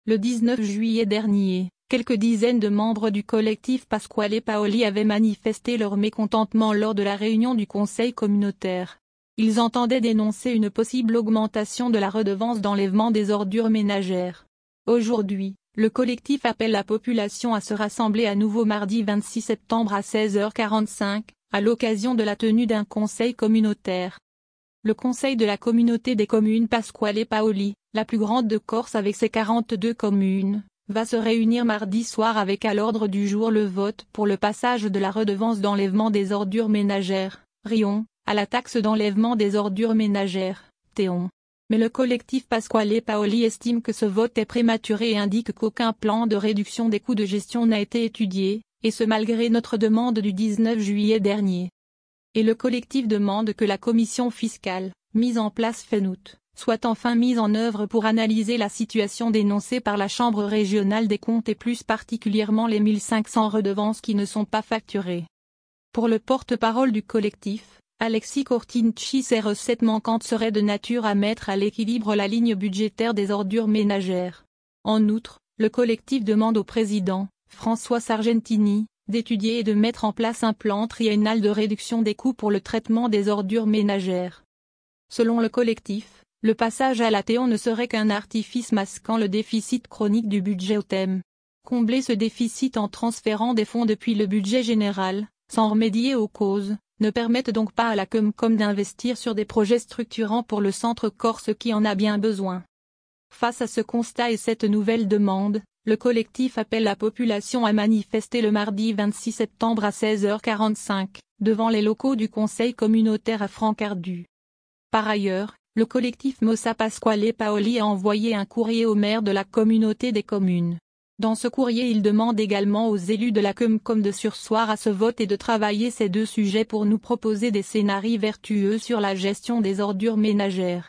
Le 19 juillet dernier, quelques dizaines de membres du collectif Pasquale Paoli avaient manifesté leur mécontentement lors de la réunion du conseil communautaire. Ils entendaient dénoncer une possible augmentation de la redevance d'enlèvement des ordures ménagères. Aujourd'hui, le collectif appelle la population à se rassembler à nouveau mardi 26 septembre à 16h45, à l'occasion de la tenue d'un conseil communautaire. Le conseil de la communauté des communes Pasquale Paoli, la plus grande de Corse avec ses 42 communes, va se réunir mardi soir avec à l'ordre du jour le vote pour le passage de la redevance d'enlèvement des ordures ménagères, RION, à la taxe d'enlèvement des ordures ménagères, TEON. Mais le collectif Pasquale Paoli estime que ce vote est prématuré et indique qu'aucun plan de réduction des coûts de gestion n'a été étudié, et ce malgré notre demande du 19 juillet dernier. Et le collectif demande que la commission fiscale, mise en place fin août, soit enfin mise en œuvre pour analyser la situation dénoncée par la Chambre régionale des comptes et plus particulièrement les 1500 redevances qui ne sont pas facturées. Pour le porte-parole du collectif, Alexis Cortinci, ces recettes manquantes seraient de nature à mettre à l'équilibre la ligne budgétaire des ordures ménagères. En outre, le collectif demande au président, François Sargentini, d'étudier et de mettre en place un plan triennal de réduction des coûts pour le traitement des ordures ménagères. Selon le collectif, le passage à la TEON ne serait qu'un artifice masquant le déficit chronique du budget OTEM. Combler ce déficit en transférant des fonds depuis le budget général, sans remédier aux causes, ne permettent donc pas à la Comcom d'investir sur des projets structurants pour le centre corse qui en a bien besoin. Face à ce constat et cette nouvelle demande, le collectif appelle la population à manifester le mardi 26 septembre à 16h45, devant les locaux du conseil communautaire à Francardù. Par ailleurs, le collectif Mossa Pasquale Paoli a envoyé un courrier au maire de la communauté des communes. Dans ce courrier, il demande également aux élus de la Comcom de surseoir à ce vote et de travailler ces deux sujets pour nous proposer des scénarios vertueux sur la gestion des ordures ménagères.